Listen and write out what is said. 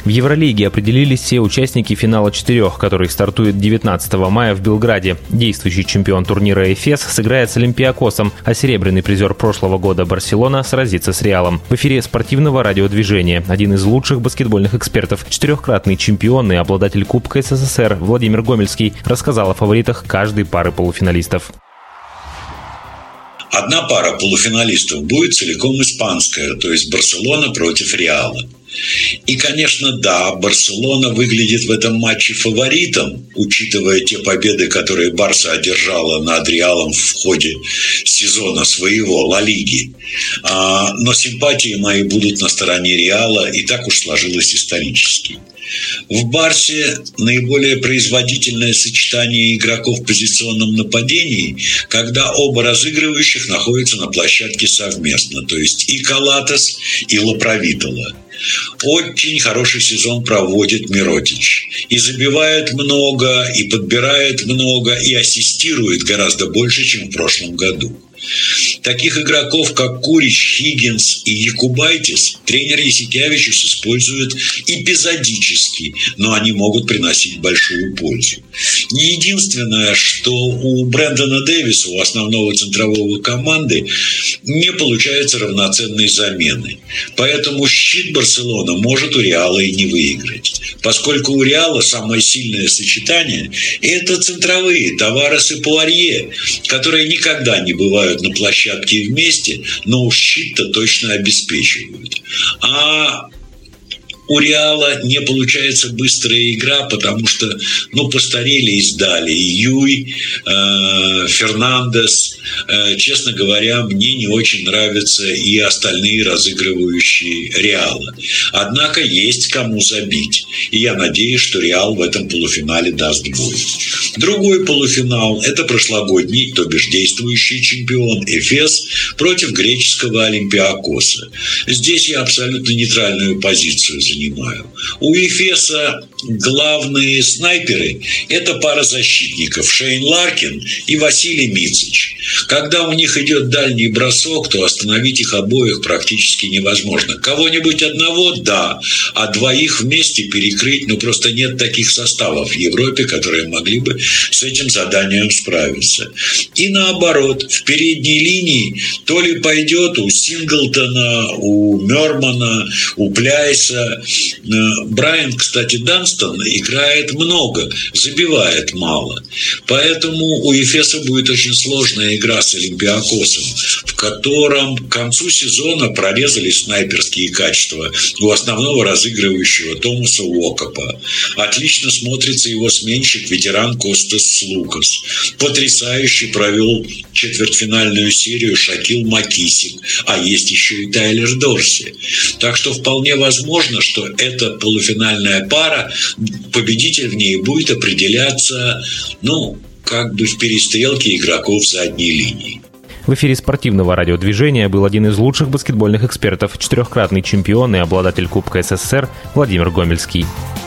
В Евролиге определились все участники финала 4, который стартует 19 мая в Белграде. Действующий чемпион турнира «Эфес» сыграет с «Олимпиакосом», а серебряный призер прошлого года «Барселона» сразится с «Реалом». В эфире спортивного радиодвижения один из лучших баскетбольных экспертов, 4-кратный чемпион и обладатель Кубка СССР Владимир Гомельский рассказал о фаворитах каждой пары полуфиналистов. Одна пара полуфиналистов будет целиком испанская, то есть Барселона против Реала. И, конечно, да, Барселона выглядит в этом матче фаворитом, учитывая те победы, которые Барса одержала над Реалом в ходе сезона своего Ла Лиги. Но симпатии мои будут на стороне Реала, и так уж сложилось исторически. В Барсе наиболее производительное сочетание игроков в позиционном нападении, когда оба разыгрывающих находятся на площадке совместно, то есть и Калатес, и Лапровитола. Очень хороший сезон проводит Миротич. И забивает много, и подбирает много, и ассистирует гораздо больше, чем в прошлом году. Таких игроков, как Курич, Хиггинс и Якубайтис, тренер Ясикевичус использует эпизодически, но они могут приносить большую пользу. Единственное, что у Брэндона Дэвиса, у основного центрового команды, не получается равноценной замены. Поэтому щит Барселона может у Реала и не выиграть. Поскольку у Реала самое сильное сочетание – это центровые Таварес и Пуарье, которые никогда не бывают на площадке вместе, но уж щит-то точно обеспечивают. А у Реала не получается быстрая игра, потому что, постарели и сдали. Юй, Фернандес. Честно говоря, мне не очень нравятся и остальные разыгрывающие Реала. Однако есть кому забить. И я надеюсь, что Реал в этом полуфинале даст бой. Другой полуфинал – это прошлогодний, то бишь действующий чемпион Эфес против греческого Олимпиакоса. Здесь я абсолютно нейтральную позицию занимаю. У Эфеса главные снайперы – это пара защитников Шейн Ларкин и Василий Мицич. Когда у них идет дальний бросок, то остановить их обоих практически невозможно. Кого-нибудь одного – да, а двоих вместе перекрыть, просто нет таких составов в Европе, которые могли бы с этим заданием справиться. И наоборот, в передней линии то ли пойдет у Синглтона, у Мёрмана, у Пляйса. Брайан, кстати, Данстон играет много, забивает мало. Поэтому у Эфеса будет очень сложная игра с Олимпиакосом, в котором к концу сезона прорезались снайперские качества у основного разыгрывающего Томаса Уокопа. Отлично смотрится его сменщик, ветеран Костас Лукас. Потрясающе провел четвертьфинальную серию Шакил Макисик, а есть еще и Тайлер Дорси. Так что вполне возможно, что эта полуфинальная пара, победитель в ней будет определяться, в перестрелке игроков задней линии. В эфире спортивного радиодвижения был один из лучших баскетбольных экспертов, 4-кратный чемпион и обладатель Кубка СССР Владимир Гомельский.